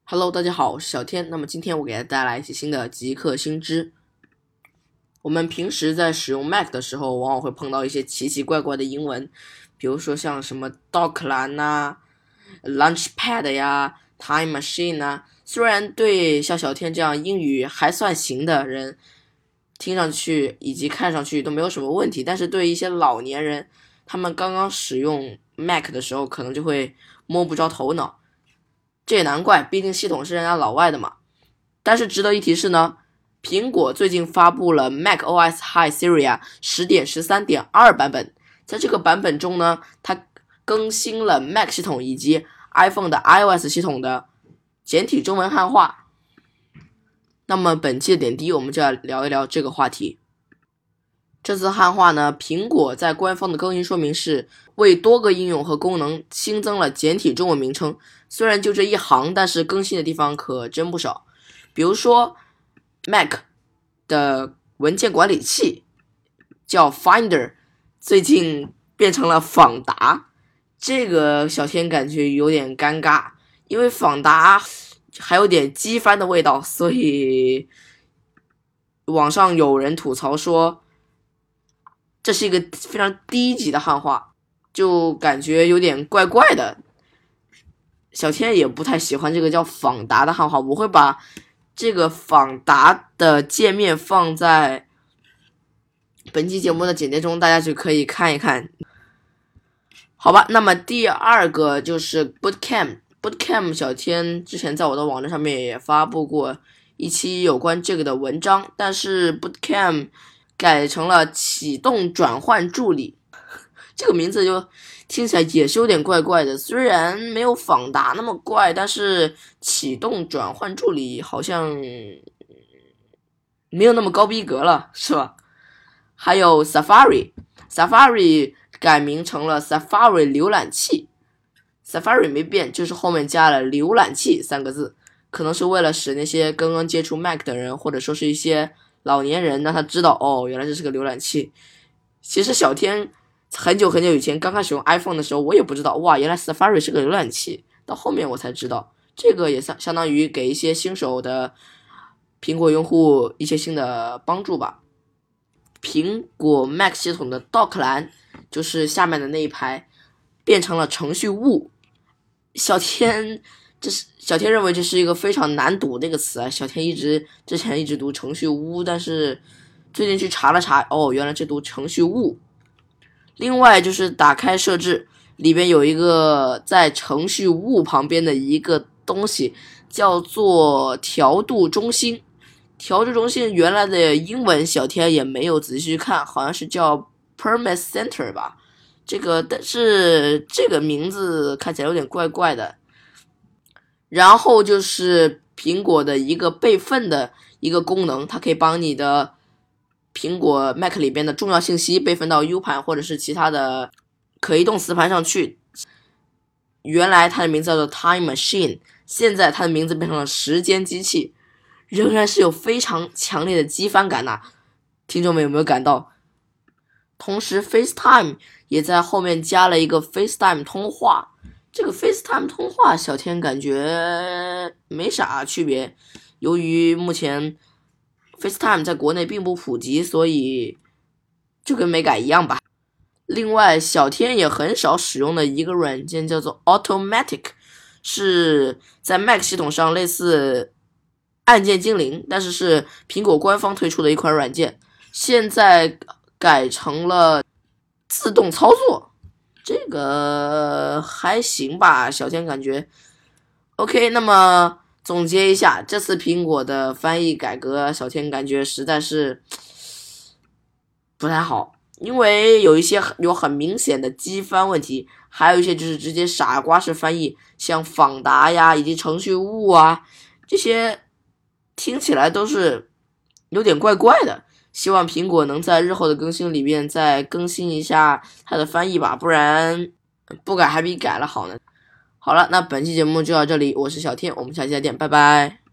Hello，大家好，我是小天。那么今天我给大家带来一些新的极客新知。我们平时在使用 Mac 的时候，往往会碰到一些奇奇怪怪的英文，比如说像什么 dock 栏呐、Launchpad 呀、Time Machine 呐。虽然对像小天这样英语还算行的人，听上去以及看上去都没有什么问题，但是对一些老年人，他们刚刚使用 Mac 的时候，可能就会摸不着头脑。这也难怪，毕竟系统是人家老外的嘛。但是值得一提是呢，苹果最近发布了 macOS High Sierra 10.13.2 版本，在这个版本中呢，它更新了 Mac 系统以及 iPhone 的 iOS 系统的简体中文汉化。那么本期的点滴，我们就要聊一聊这个话题。这次汉化呢，苹果在官方的更新说明是为多个应用和功能新增了简体中文名称，虽然就这一行，但是更新的地方可真不少。比如说 Mac 的文件管理器叫 Finder， 最近变成了访达，这个小天感觉有点尴尬，因为访达还有点机翻的味道，所以网上有人吐槽说这是一个非常低级的汉化，就感觉有点怪怪的。小天也不太喜欢这个叫访达的汉化，我会把这个访达的界面放在本期节目的简介中，大家就可以看一看。好吧，那么第二个就是 Bootcamp。小天之前在我的网站上面也发布过一期有关这个的文章，但是 Bootcamp改成了启动转换助理，这个名字就听起来也是有点怪怪的。虽然没有访达那么怪，但是启动转换助理好像没有那么高逼格了，是吧？还有 Safari 改名成了 Safari 浏览器， Safari 没变，就是后面加了浏览器3个字，可能是为了使那些刚刚接触 Mac 的人，或者说是一些老年人，让他知道哦，原来这是个浏览器。其实小天很久以前刚开始用 iPhone 的时候，我也不知道，哇，原来 Safari 是个浏览器，到后面我才知道。这个也相当于给一些新手的苹果用户一些新的帮助吧。苹果 Mac 系统的 dock 栏，就是下面的那一排，变成了程序物。小天认为这是一个非常难读的一个词啊。小天之前一直读程序屋，但是最近去查了查，哦，原来这读程序物。另外就是打开设置，里边有一个在程序物旁边的一个东西，叫做调度中心。调度中心原来的英文小天也没有仔细去看，好像是叫 Permit Center 吧。但是这个名字看起来有点怪怪的。然后就是苹果的一个备份的一个功能，它可以帮你的苹果 Mac 里边的重要信息备份到 U 盘或者是其他的可移动磁盘上去。原来它的名字叫做 Time Machine， 现在它的名字变成了时间机器，仍然是有非常强烈的机翻感呐。听众们有没有感到？同时 FaceTime 也在后面加了一个 FaceTime 通话，这个 FaceTime 通话小天感觉没啥区别，由于目前 FaceTime 在国内并不普及，所以就跟没改一样吧。另外小天也很少使用的一个软件叫做 Automatic， 是在 Mac 系统上类似按键精灵，但是苹果官方推出的一款软件，现在改成了自动操作，这个还行吧，小天感觉 OK。 那么总结一下，这次苹果的翻译改革，小天感觉实在是不太好，因为有一些有很明显的机翻问题，还有一些就是直接傻瓜式翻译，像访达呀以及程序物啊，这些听起来都是有点怪怪的。希望苹果能在日后的更新里面再更新一下它的翻译吧，不然不改还比改了好呢。好了，那本期节目就到这里，我是小天，我们下期再见，拜拜。